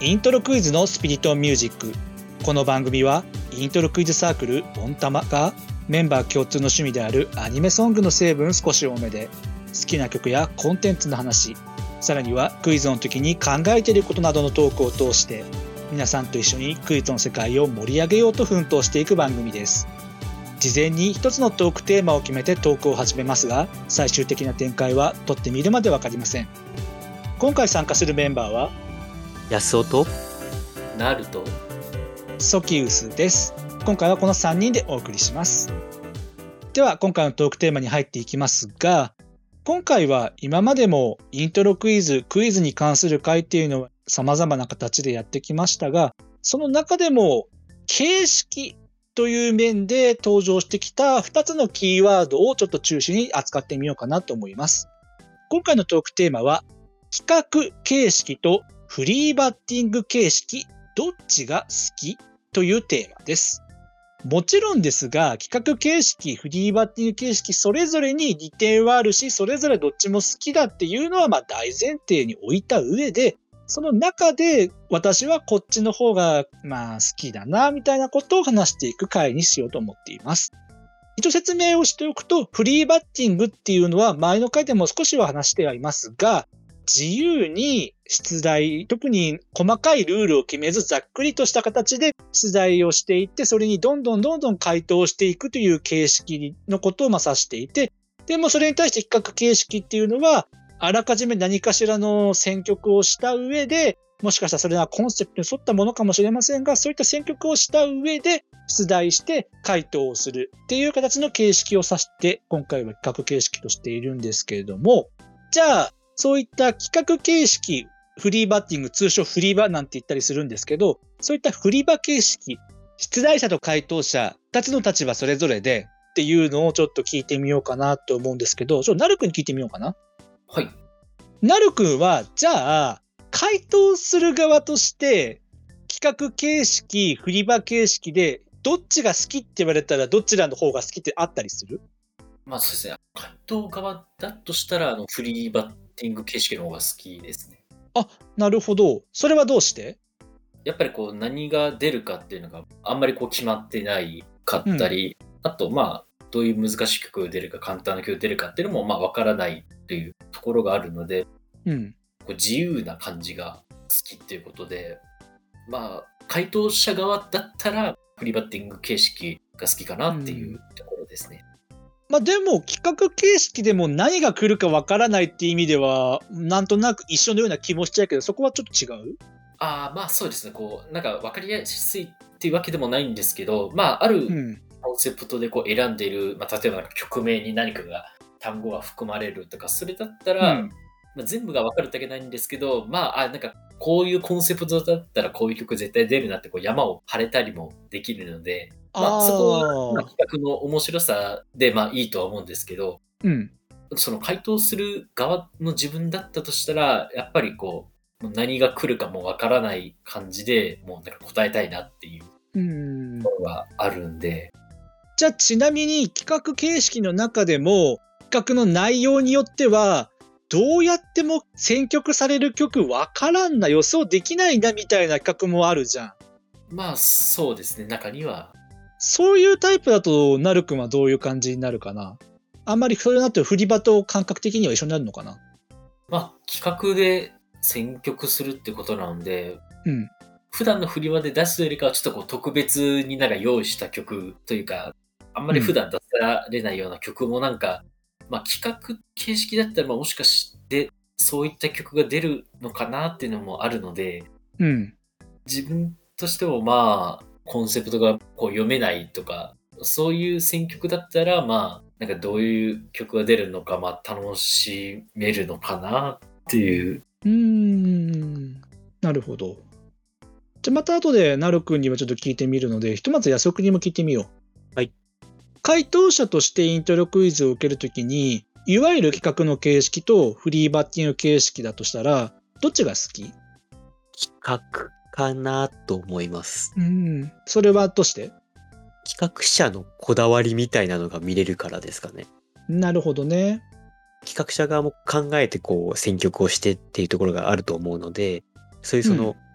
イントロクイズのスピリットミュージック。この番組はイントロクイズサークルオンタマがメンバー共通の趣味であるアニメソングの成分少し多めで、好きな曲やコンテンツの話、さらにはクイズの時に考えていることなどのトークを通して皆さんと一緒にクイズの世界を盛り上げようと奮闘していく番組です。事前に一つのトークテーマを決めてトークを始めますが、最終的な展開は撮ってみるまで分かりません。今回参加するメンバーは安尾となるとソキウスです。今回はこの3人でお送りします。では今回のトークテーマに入っていきますが、今回は今までもイントロクイズに関する回っていうのは様々な形でやってきましたが、その中でも形式という面で登場してきた2つのキーワードをちょっと中心に扱ってみようかなと思います。今回のトークテーマは企画形式とフリーバッティング形式、どっちが好きというテーマです。もちろんですが、企画形式、フリーバッティング形式、それぞれに利点はあるし、それぞれどっちも好きだっていうのは大前提に置いた上で、その中で私はこっちの方が好きだなみたいなことを話していく回にしようと思っています。一応説明をしておくと、フリーバッティングっていうのは前の回でも少しは話してはいますが、自由に出題、特に細かいルールを決めずざっくりとした形で出題をしていって、それにどんどん回答していくという形式のことを指していて、でもそれに対して企画形式っていうのは、あらかじめ何かしらの選曲をした上で、もしかしたらそれはコンセプトに沿ったものかもしれませんが、そういった選曲をした上で出題して回答をするっていう形の形式を指して、今回は企画形式としているんですけれども、じゃあ、そういった企画形式、フリーバッティング、通称フリバなんて言ったりするんですけど、そういったフリバ形式、出題者と回答者、2つの立場それぞれでっていうのをちょっと聞いてみようかなと思うんですけど、なるくんに聞いてみようかな。 はい。 なるくんは、じゃあ、回答する側として、企画形式、フリバ形式で、どっちが好きって言われたら、どちらの方が好きってあったりする？ そうですね。回答側だとしたら、フリーバッティング形式の方が好きですね。 あ、なるほど。それはどうして？ やっぱり何が出るかっていうのがあんまり決まってないかったり、あとどういう難しい曲が出るか簡単な曲が出るかっていうのもわからないというところがあるので、自由な感じが好きっていうことで、回答者側だったらフリーバッティング形式が好きかなっていうところですね。 でも企画形式でも何が来るかわからないっていう意味ではなんとなく一緒のような気もしちゃうけど、そこはちょっと違う？ そうですね。分かりやすいっていうわけでもないんですけど、あるコンセプトで選んでいる、例えば曲名に何かが単語が含まれるとか、それだったら、全部が分かるだけないんですけど、こういうコンセプトだったらこういう曲絶対出るなって山を張れたりもできるので、そこは企画の面白さでいいとは思うんですけど、その回答する側の自分だったとしたら、やっぱり何が来るかもわからない感じでもう答えたいなっていうところがあるんで。 じゃあちなみに企画形式の中でも企画の内容によってはどうやっても選曲される曲わからんな、予想できないなみたいな企画もあるじゃん。 そうですね、中には。 そういうタイプだとなるくんはどういう感じになるかな？あんまりそれになって振り場と感覚的には一緒になるのかな？ 企画で選曲するってことなので、普段の振り場で出すよりかはちょっと特別に用意した曲というか、あんまり普段出されないような曲も企画形式だったらもしかしてそういった曲が出るのかなっていうのもあるので、自分としてもコンセプトが読めないとか、そういう選曲だったらどういう曲が出るのか楽しめるのかなっていう。 なるほど。じゃあまた後でなるくんにはちょっと聞いてみるので、ひとまず安尾くんにも聞いてみよう。 はい。 回答者としてイントロクイズを受けるときに、いわゆる企画の形式とフリーバッティング形式だとしたら、どっちが好き？ 企画かなと思います。 それはどうして？ 企画者のこだわりみたいなのが見れるからですかね。 なるほどね。 企画者側も考えて選曲をしてっていうところがあると思うので、そういう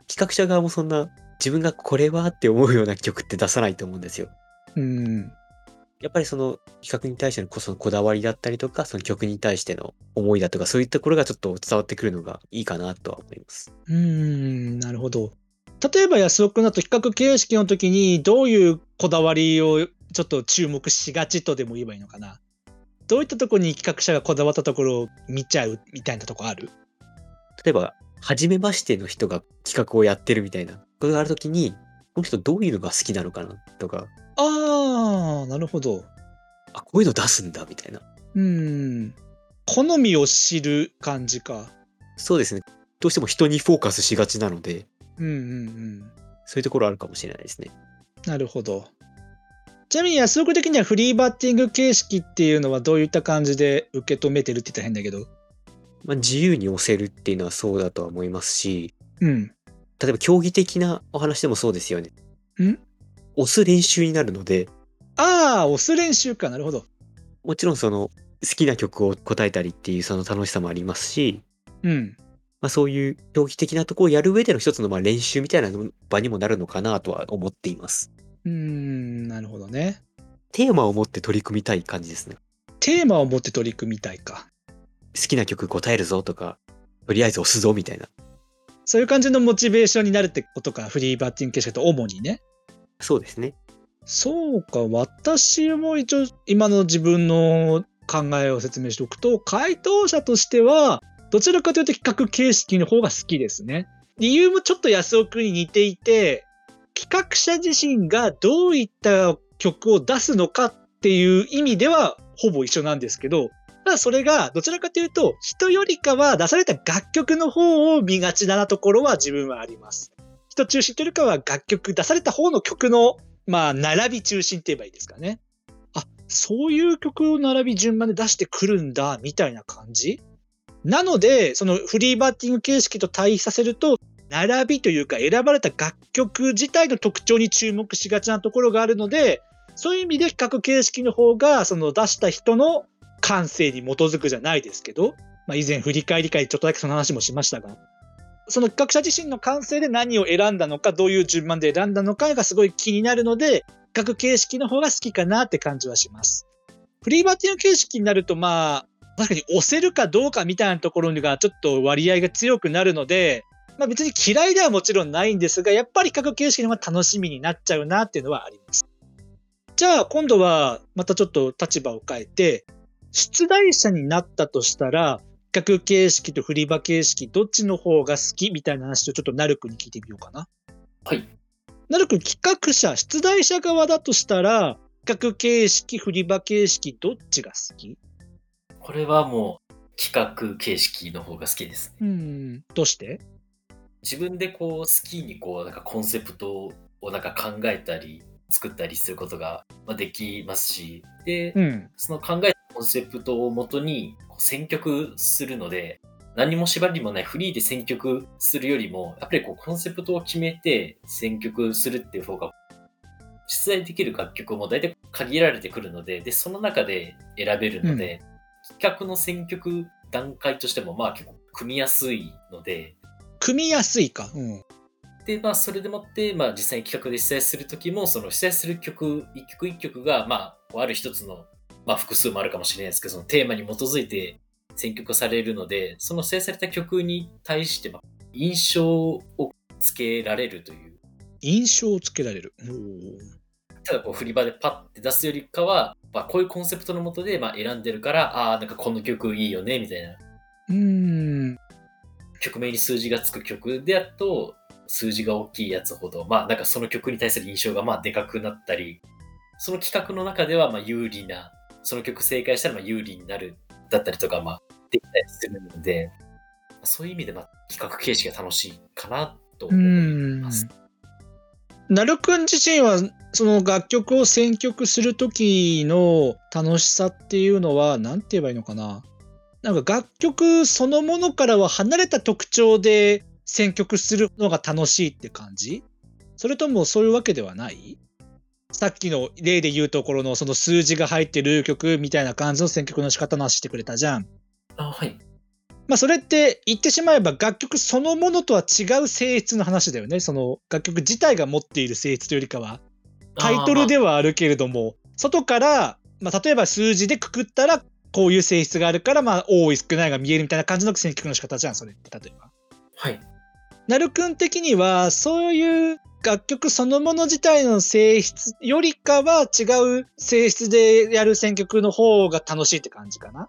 企画者側もそんな自分がこれはって思うような曲って出さないと思うんですよ。やっぱりその企画に対してのそのこだわりだったりとか、その曲に対しての思いだとか、そういったところがちょっと伝わってくるのがいいかなとは思います。 なるほど。例えば安尾君だと企画形式の時にどういうこだわりをちょっと注目しがちとでも言えばいいのかな。どういったところに企画者がこだわったところを見ちゃうみたいなとこある？ 例えば、初めましての人が企画をやってるみたいなことがあるときに、この人どういうのが好きなのかなとか、 なるほど。 あ、こういうの出すんだみたいな。 好みを知る感じか。 そうですね。どうしても人にフォーカスしがちなので、 そういうところあるかもしれないですね。 なるほど。ちなみに安岡的にはフリーバッティング形式っていうのはどういった感じで受け止めてるって言ったら変だけど。 自由に押せるっていうのはそうだとは思いますし、 うん。 例えば競技的なお話でもそうですよね。 ん押す練習になるので、 押す練習か。なるほど。 もちろんその好きな曲を答えたりっていうその楽しさもありますし、そういう競技的なところをやる上での一つの練習みたいな場にもなるのかなとは思っています。 なるほどね。 テーマを持って取り組みたい感じですね。 テーマを持って取り組みたいか。 好きな曲答えるぞとか、とりあえず押すぞみたいな。 そういう感じのモチベーションになるってことか、フリーバッティング形式と主にね。 そうですね。 そうか、私も一応今の自分の考えを説明しておくと、回答者としては、どちらかというと企画形式の方が好きですね。理由もちょっと安尾くんに似ていて、企画者自身がどういった曲を出すのかっていう意味ではほぼ一緒なんですけど、ただそれがどちらかというと、人よりかは出された楽曲の方を見がちなところは自分はあります。人中心というよりかは楽曲、出された方の曲の並び中心って言えばいいですかね。そういう曲を並び順番で出してくるんだ、みたいな感じなので、そのフリーバッティング形式と対比させると、並びというか選ばれた楽曲自体の特徴に注目しがちなところがあるので、そういう意味で企画形式の方が、その出した人の感性に基づくじゃないですけど、以前振り返り会ちょっとだけその話もしましたが、その企画者自身の感性で何を選んだのか、どういう順番で選んだのかがすごい気になるので、企画形式の方が好きかなって感じはします。フリーバッティング形式になると、確かに押せるかどうかみたいなところがちょっと割合が強くなるので、別に嫌いではもちろんないんですが、やっぱり企画形式の方が楽しみになっちゃうなっていうのはあります。じゃあ今度はまたちょっと立場を変えて、出題者になったとしたら、企画形式とフリーバ形式どっちの方が好きみたいな話をちょっとなるくんに聞いてみようかな。 はい。 なるくん、企画者、出題者側だとしたら、企画形式、フリーバ形式どっちが好き？ これはもう企画形式の方が好きですね。 どうして？ 自分で好きになんかコンセプトをなんか考えたり作ったりすることができますし、で、その考えたコンセプトをもとに選曲するので、何も縛りもないフリーで選曲するよりも、やっぱりコンセプトを決めて選曲するっていう方が、出題できる楽曲も大体限られてくるので、その中で選べるので、企画の選曲段階としても結構組みやすいので。 組みやすいか。 で、それでもって、実際に企画で出題するときも、その出題する曲、一曲一曲が、ある一つの、複数もあるかもしれないですけど、そのテーマに基づいて選曲されるので、その指定された曲に対して、印象をつけられるという。 印象をつけられる。 ただ振り場でパッて出すよりかは、こういうコンセプトのもとで選んでるから、なんかこの曲いいよね、みたいな。曲名に数字がつく曲であると、数字が大きいやつほど、なんかその曲に対する印象がでかくなったり、その企画の中では有利な、その曲正解したら有利になるだったりとか、できたりするので、そういう意味で企画形式が楽しいかなと思います。 なるくん自身はその楽曲を選曲する時の楽しさっていうのは何て言えばいいのかな。なんか楽曲そのものからは離れた特徴で選曲するのが楽しいって感じ？それともそういうわけではない？さっきの例で言うところのその数字が入ってる曲みたいな感じの選曲の仕方の話してくれたじゃん。 はい。 それって言ってしまえば楽曲そのものとは違う性質の話だよね。その楽曲自体が持っている性質というよりかは、タイトルではあるけれども、外から、例えば数字でくくったら、こういう性質があるから、多い少ないが見えるみたいな感じの選曲の仕方じゃん、それって、例えば。 はい。 なるくん的には、そういう楽曲そのもの自体の性質よりかは違う性質でやる選曲の方が楽しいって感じかな？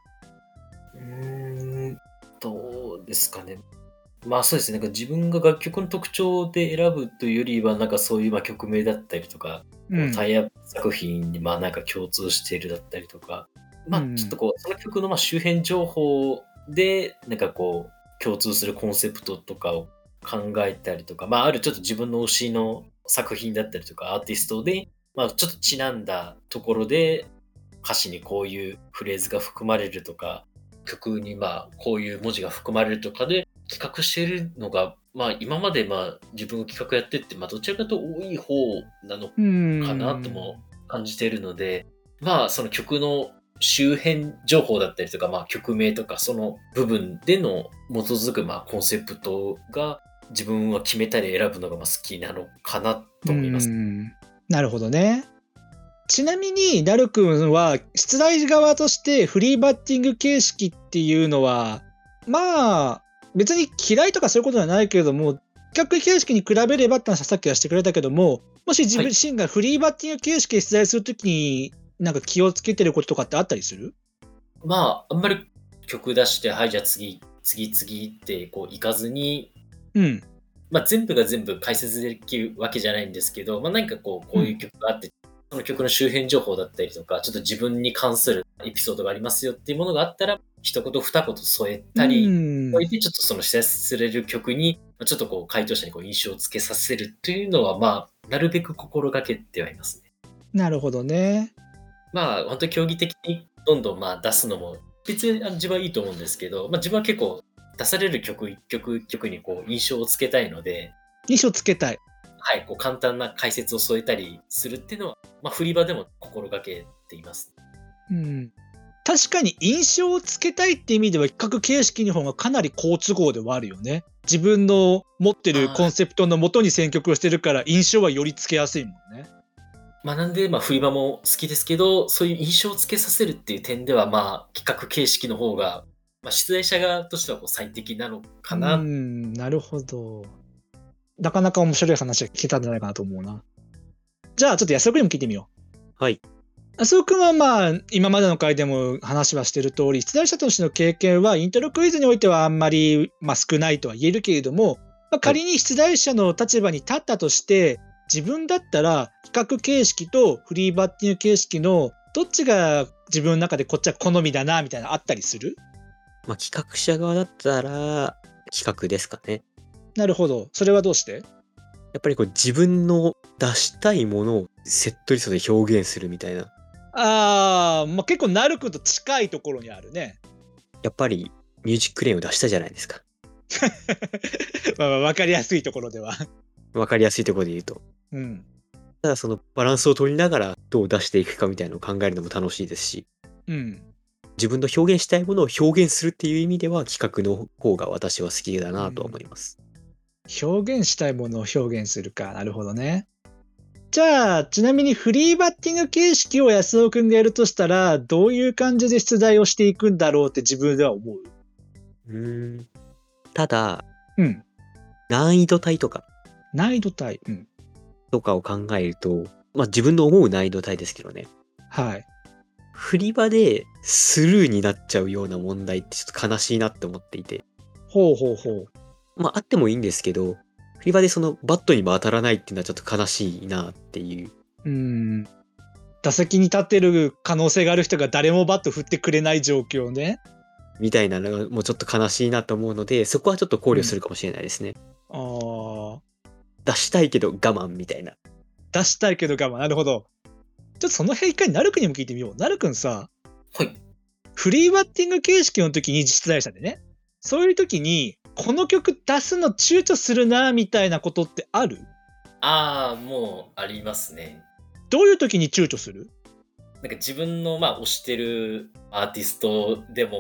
どうですかね。そうですね。なんか自分が楽曲の特徴で選ぶというよりは、なんかそういう曲名だったりとか、タイアップ作品になんか共通しているだったりとか、ちょっとその曲の周辺情報で、なんか共通するコンセプトとかを考えたりとか、あるちょっと自分の推しの作品だったりとか、アーティストで、ちょっとちなんだところで、歌詞にこういうフレーズが含まれるとか、曲にこういう文字が含まれるとかで企画しているのが、今まで自分が企画やってって、どちらかと多い方なのかなとも感じているので、その曲の周辺情報だったりとか、曲名とかその部分での基づくコンセプトが自分は決めたり選ぶのが好きなのかなと思います。 なるほどね。ちなみにダル君は出題側としてフリーバッティング形式っていうのは別に嫌いとかそういうことではないけれども、企画形式に比べればって話はさっきはしてくれたけども、もし自分自身がフリーバッティング形式で出題するときになんか気をつけてることとかってあったりする？ あんまり曲出して、はい、じゃあ次っていかずに、全部が全部解説できるわけじゃないんですけど、何かこういう曲があって、その曲の周辺情報だったりとか、ちょっと自分に関するエピソードがありますよっていうものがあったら、一言二言添えたり、添えてちょっとその指定される曲に、ちょっと回答者に印象をつけさせるというのは、なるべく心がけてはいますね。 なるほどね。 本当に競技的にどんどん出すのも、別に自分はいいと思うんですけど、自分は結構出される曲一曲一曲に印象をつけたいので、 印象つけたい。 はい、簡単な解説を添えたりするっていうのは、振り場でも心がけています。 確かに印象をつけたいって意味では企画形式の方がかなり好都合ではあるよね。自分の持ってるコンセプトのもとに選曲をしてるから印象はよりつけやすいもんね。 なんで、振り場も好きですけど、そういう印象をつけさせるっていう点では、企画形式の方が、出題者側としては最適なのかな。 なるほど。なかなか面白い話が聞けたんじゃないかなと思うな。じゃあちょっと安尾君にも聞いてみよう。はい。 安尾君は今までの回でも話はしてる通り、出題者としての経験はイントロクイズにおいてはあんまり少ないとは言えるけれども、仮に出題者の立場に立ったとして、自分だったら企画形式とフリーバッティング形式のどっちが自分の中でこっちは好みだなみたいなのあったりする？ 企画者側だったら企画ですかね。 なるほど。それはどうして？ やっぱり自分の出したいものをセットリストで表現するみたいな。 結構なるくんと近いところにあるね。 やっぱりミュージックレーンを出したじゃないですか。 分かりやすいところでは。 分かりやすいところで言うと。ただそのバランスを取りながらどう出していくかみたいなのを考えるのも楽しいですし、自分の表現したいものを表現するっていう意味では企画の方が私は好きだなと思います。 表現したいものを表現するか。なるほどね。じゃあちなみにフリーバッティング形式を安尾くんがやるとしたらどういう感じで出題をしていくんだろうって自分では思う？ ただ、難易度帯とかとかを考えると、自分の思う難易度帯ですけどね。 はい。 振り場でスルーになっちゃうような問題ってちょっと悲しいなって思っていて。あってもいいんですけど、振り場でそのバットにも当たらないっていうのはちょっと悲しいなっていう。 打席に立ってる可能性がある人が誰もバット振ってくれない状況ね。 みたいなのがもうちょっと悲しいなと思うので、そこはちょっと考慮するかもしれないですね。出したいけど我慢みたいな。 出したいけど我慢。なるほど。ちょっとその辺一回なるくんにも聞いてみよう。なるくんさ、フリーバッティング形式の時に出題者でね、そういう時にこの曲出すの躊躇するなみたいなことってある？ もうありますね。 どういう時に躊躇する？ なんか自分の推してるアーティストでも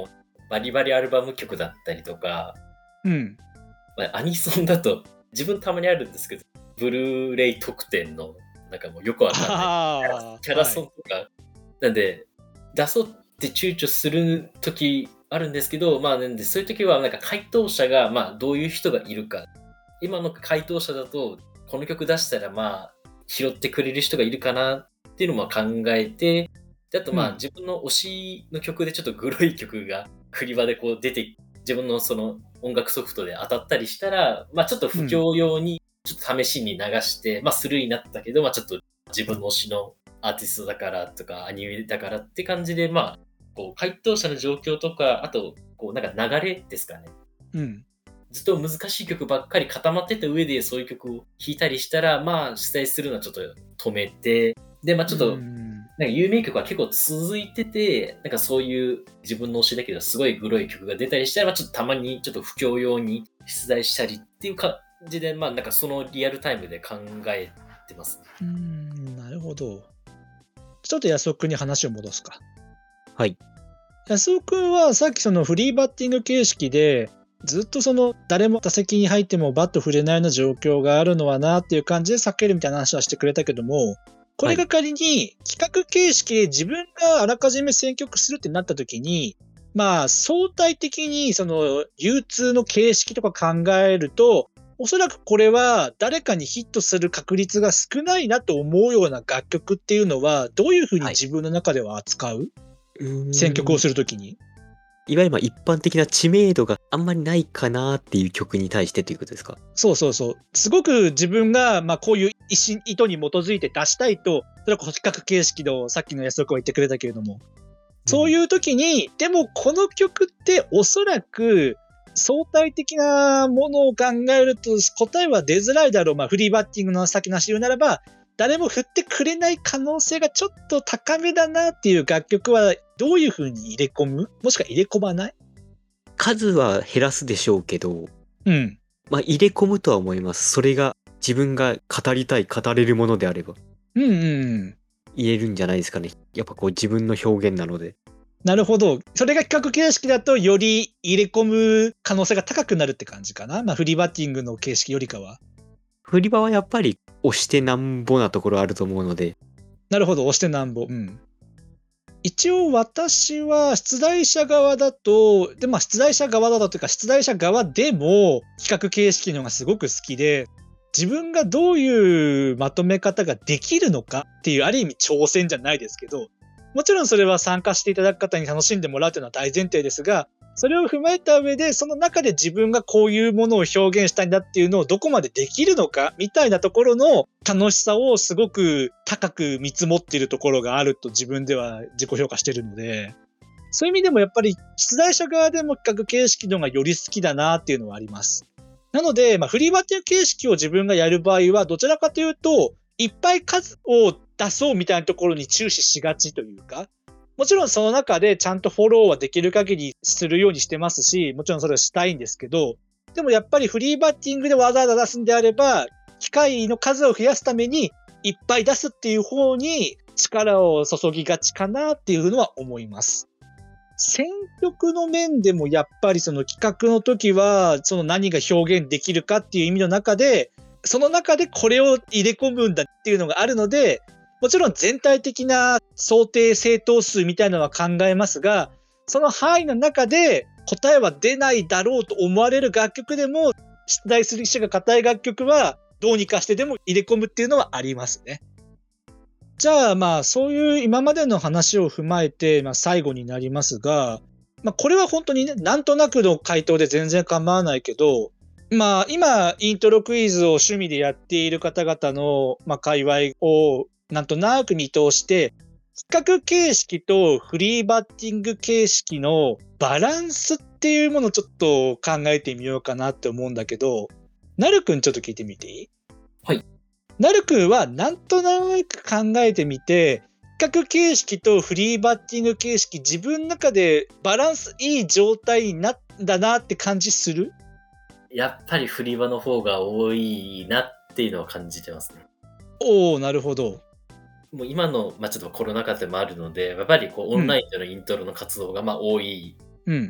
バリバリアルバム曲だったりとか、 うん。 アニソンだと、自分たまにあるんですけど、ブルーレイ特典の、なんかもうよくわかんないキャラソンとか、なんで、出そうって躊躇する時あるんですけど、なんでそういう時はなんか回答者がどういう人がいるか。今の回答者だと、この曲出したら拾ってくれる人がいるかなっていうのも考えて、であと自分の推しの曲でちょっとグロい曲がクリバでこう出て、自分のその音楽ソフトで当たったりしたら、ちょっと不況用にちょっと試しに流して、スルーになったけど、ちょっと自分の推しのアーティストだからとかアニメだからって感じで、こう回答者の状況とか、あとこうなんか流れですかね。 うん。 ずっと難しい曲ばっかり固まってた上でそういう曲を弾いたりしたら、出題するのはちょっと止めて、で、ちょっと、なんか有名曲は結構続いてて、なんかそういう自分の推しだけどすごいグロい曲が出たりしたら、ちょっとたまにちょっと不況用に出題したりっていう感じで、なんかそのリアルタイムで考えてますね。 なるほど。ちょっと安尾くんに話を戻すか。 はい。 安尾くんはさっきそのフリーバッティング形式で、ずっとその誰も打席に入ってもバット振れないような状況があるのはなっていう感じで避けるみたいな話はしてくれたけども、これが仮に企画形式で自分があらかじめ選曲するってなった時に、相対的にその流通の形式とか考えると、おそらくこれは誰かにヒットする確率が少ないなと思うような楽曲っていうのは、どういうふうに自分の中では扱う？選曲をするときに。 いわゆる一般的な知名度があんまりないかなっていう曲に対してということですか？ そうそうそう。すごく自分がこういう意図に基づいて出したいと、それは比較形式のさっきの安岡は言ってくれたけれども、そういう時に、でもこの曲っておそらく相対的なものを考えると答えは出づらいだろう。フリーバッティングの先なし言うならば、誰も振ってくれない可能性がちょっと高めだなっていう楽曲はどういう風に入れ込む？もしくは入れ込まない？ 数は減らすでしょうけど、 うん。 入れ込むとは思います。それが自分が語りたい、語れるものであれば。言えるんじゃないですかね。やっぱこう自分の表現なので。 なるほど。それが企画形式だとより入れ込む可能性が高くなるって感じかな。フリーバッティングの形式よりかは。 振り場はやっぱり押してなんぼなところあると思うので。 なるほど、押してなんぼ。一応私は出題者側だと、で、出題者側だというか、出題者側でも企画形式のがすごく好きで、自分がどういうまとめ方ができるのかっていう、ある意味挑戦じゃないですけど、もちろんそれは参加していただく方に楽しんでもらうというのは大前提ですが、それを踏まえた上で、その中で自分がこういうものを表現したいんだっていうのをどこまでできるのかみたいなところの楽しさをすごく高く見積もっているところがあると自分では自己評価しているので、そういう意味でもやっぱり出題者側でも企画形式のがより好きだなっていうのはあります。なので、フリーバッティング形式を自分がやる場合は、どちらかというと、いっぱい数を出そうみたいなところに注視しがちというか、もちろんその中でちゃんとフォローはできる限りするようにしてますし、もちろんそれをしたいんですけど、でもやっぱりフリーバッティングでわざわざ出すんであれば、機会の数を増やすためにいっぱい出すっていう方に力を注ぎがちかなっていうのは思います。選曲の面でもやっぱりその企画の時は、その何が表現できるかっていう意味の中で、その中でこれを入れ込むんだっていうのがあるので、もちろん全体的な想定正答数みたいなのは考えますが、その範囲の中で答えは出ないだろうと思われる楽曲でも、出題する人が硬い楽曲はどうにかしてでも入れ込むっていうのはありますね。じゃあそういう今までの話を踏まえて、最後になりますが、これは本当にね、なんとなくの回答で全然構わないけど、今イントロクイズを趣味でやっている方々の界隈をなんとなく見通して、企画形式とフリーバッティング形式のバランスっていうものをちょっと考えてみようかなって思うんだけど、なるくんちょっと聞いてみていい？ はい。 なるくんはなんとなく考えてみて、企画形式とフリーバッティング形式、自分の中でバランスいい状態になったなって感じする？ やっぱりフリーバの方が多いなっていうのは感じてますね。 おー、なるほど。 もう今の、ちょっとコロナ禍でもあるので、やっぱりこうオンラインでのイントロの活動が多い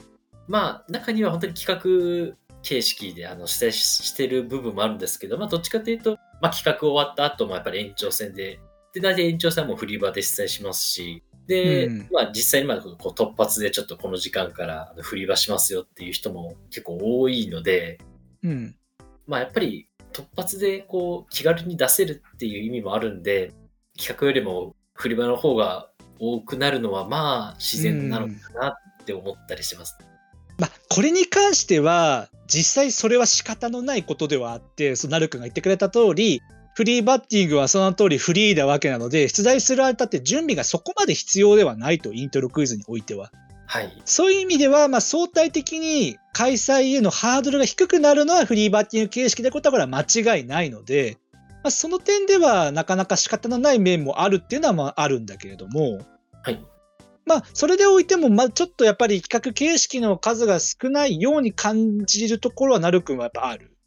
中には本当に企画形式で出題してる部分もあるんですけど、どっちかというと、企画終わった後もやっぱり延長戦で、大体延長戦はもうフリーバーで出題しますし、で、実際にこう突発でちょっとこの時間からフリーバーしますよっていう人も結構多いので、やっぱり突発でこう気軽に出せるっていう意味もあるんで、企画よりもフリーバーの方が多くなるのは自然なのかなって思ったりします。 これに関しては実際それは仕方のないことではあって、なるくんが言ってくれた通り、フリーバッティングはその通りフリーなわけなので、出題するあたって準備がそこまで必要ではないと、イントロクイズにおいては。 はい、 そういう意味では、相対的に開催へのハードルが低くなるのはフリーバッティング形式でことはこれは間違いないので、その点ではなかなか仕方のない面もあるっていうのはあるんだけれども、 はい、 それでおいても、ちょっとやっぱり企画形式の数が少ないように感じるところはなるくんはやっぱある。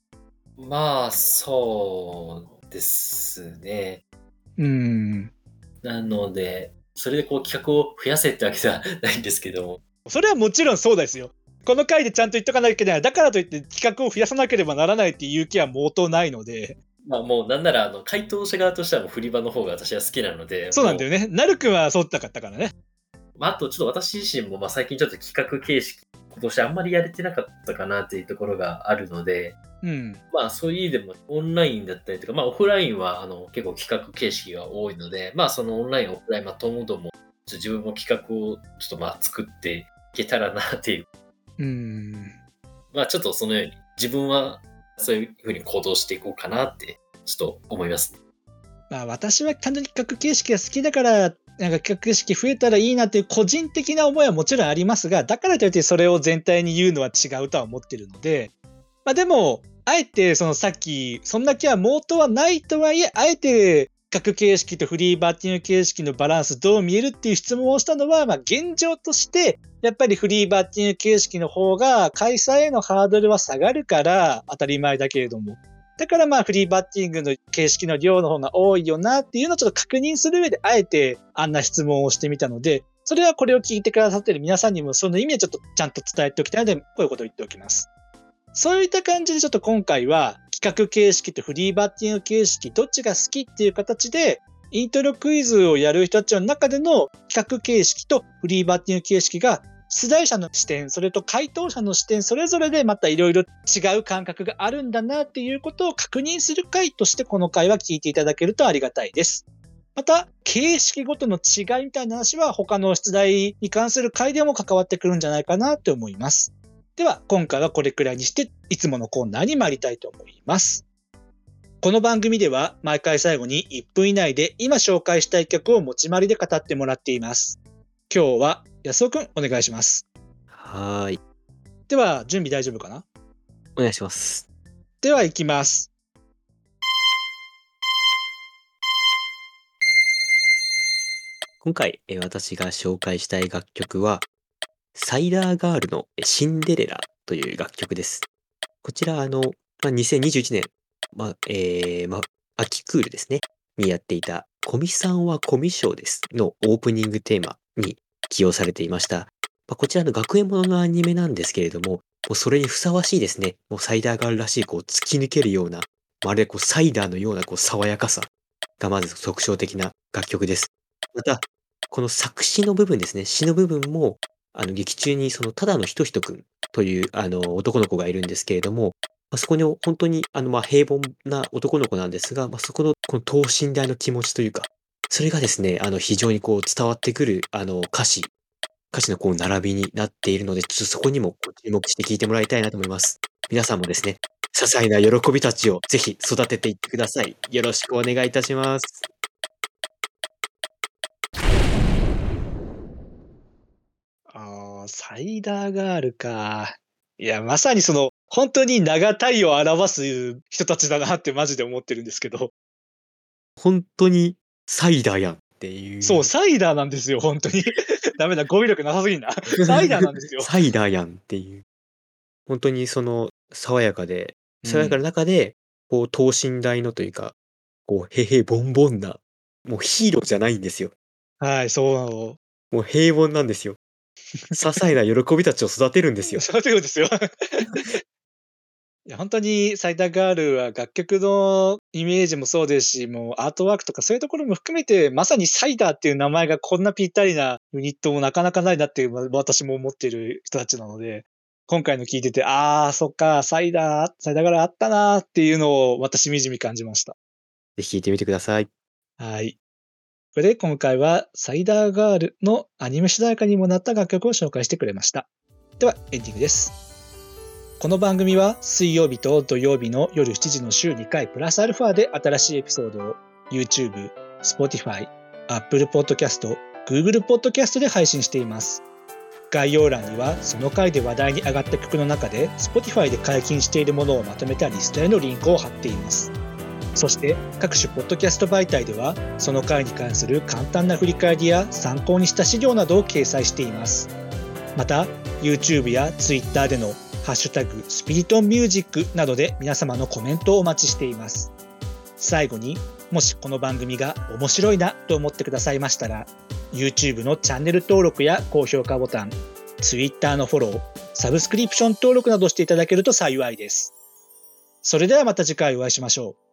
そうですね。 なので、それでこう企画を増やせってわけではないんですけども。 それはもちろんそうですよ。この回でちゃんと言っとかなきゃいけない。だからといって企画を増やさなければならないっていう気は毛頭ないので。 もうなんなら回答者側としてはもう振り場の方が私は好きなので。 そうなんだよね。なるくんはそうだったからね。 あとちょっと私自身も最近ちょっと企画形式今年あんまりやれてなかったかなっていうところがあるので、そういう意味でもオンラインだったりとか、オフラインは結構企画形式が多いので、そのオンラインオフラインともども自分も企画をちょっと作っていけたらなっていう。ちょっとそのように自分はそういうふうに行動していこうかなってちょっと思います。 私は単純に企画形式が好きだから企画形式増えたらいいなっていう個人的な思いはもちろんありますが、だからといってそれを全体に言うのは違うとは思ってるので、でもあえてさっきそんな気は毛頭はないとはいえ、あえて企画形式とフリーバッティング形式のバランスどう見えるっていう質問をしたのは、現状としてやっぱりフリーバッティング形式の方が開催へのハードルは下がるから当たり前だけれども、だからフリーバッティングの形式の量の方が多いよなっていうのをちょっと確認する上であえてあんな質問をしてみたので、それはこれを聞いてくださっている皆さんにもその意味はちょっとちゃんと伝えておきたいので、こういうことを言っておきます。そういった感じでちょっと今回は企画形式とフリーバッティング形式どっちが好きっていう形でイントロクイズをやる人たちの中での企画形式とフリーバッティング形式が出題者の視点、それと回答者の視点、それぞれでまたいろいろ違う感覚があるんだなっていうことを確認する回としてこの回は聞いていただけるとありがたいです。また、形式ごとの違いみたいな話は他の出題に関する回でも関わってくるんじゃないかなと思います。では、今回はこれくらいにして、いつものコーナーに参りたいと思います。この番組では毎回最後に1分以内で今紹介したい曲を持ち回りで語ってもらっています。今日は安尾くんお願いします。 はい。 では準備大丈夫かな？ お願いします。 では行きます。 今回私が紹介したい楽曲はサイダーガールのシンデレラという楽曲です。こちら2021年秋クールですねにやっていたコミさんはコミショですのオープニングテーマに起用されていました。こちらの学園もののアニメなんですけれども、もうそれにふさわしいですね。もうサイダーガールらしい突き抜けるような、まるでサイダーのような爽やかさがまず特徴的な楽曲です。また、この作詞の部分ですね、詩の部分も、劇中にただのひとひとくんという男の子がいるんですけれども、そこに本当に平凡な男の子なんですが、そこのこの等身大の気持ちというか、それがですね、非常に伝わってくる歌詞の並びになっているので、ちょっとそこにも注目して聞いてもらいたいなと思います。皆さんもですね、些細な喜びたちをぜひ育てていってください。よろしくお願いいたします。 サイダーガールか。いや、まさに本当に長太を表す人たちだなってマジで思ってるんですけど。 本当にサイダーやんっていう。 そう、サイダーなんですよ、本当に。ダメだ、語彙力なさすぎんな。サイダーなんですよ。 サイダーやんっていう。本当に爽やかな中で、等身大のというか、へへボンボンな、もうヒーローじゃないんですよ。 はい、そう。 もう平凡なんですよ。 些細な喜びたちを育てるんですよ。 育てるんですよ。いや、本当にサイダーガールは楽曲のイメージもそうですし、もうアートワークとかそういうところも含めて、まさにサイダーっていう名前がこんなぴったりなユニットもなかなかないなっていう、私も思っている人たちなので、今回の聞いてて、そっか、サイダーガールあったなっていうのをまたしみじみ感じました。 ぜひ聴いてみてください。 はい。これで今回はサイダーガールのアニメ主題歌にもなった楽曲を紹介してくれました。ではエンディングです。この番組は水曜日と土曜日の夜7時の週2回プラスアルファで新しいエピソードを YouTube、Spotify、Apple Podcast、Google Podcast で配信しています。概要欄にはその回で話題に上がった曲の中で Spotify で解禁しているものをまとめたリストへのリンクを貼っています。そして各種ポッドキャスト媒体ではその回に関する簡単な振り返りや参考にした資料などを掲載しています。また YouTube や Twitter でのハッシュタグスピリトンミュージックなどで皆様のコメントをお待ちしています。最後にもしこの番組が面白いなと思ってくださいましたら YouTube のチャンネル登録や高評価ボタン、Twitter のフォロー、サブスクリプション登録などしていただけると幸いです。それではまた次回お会いしましょう。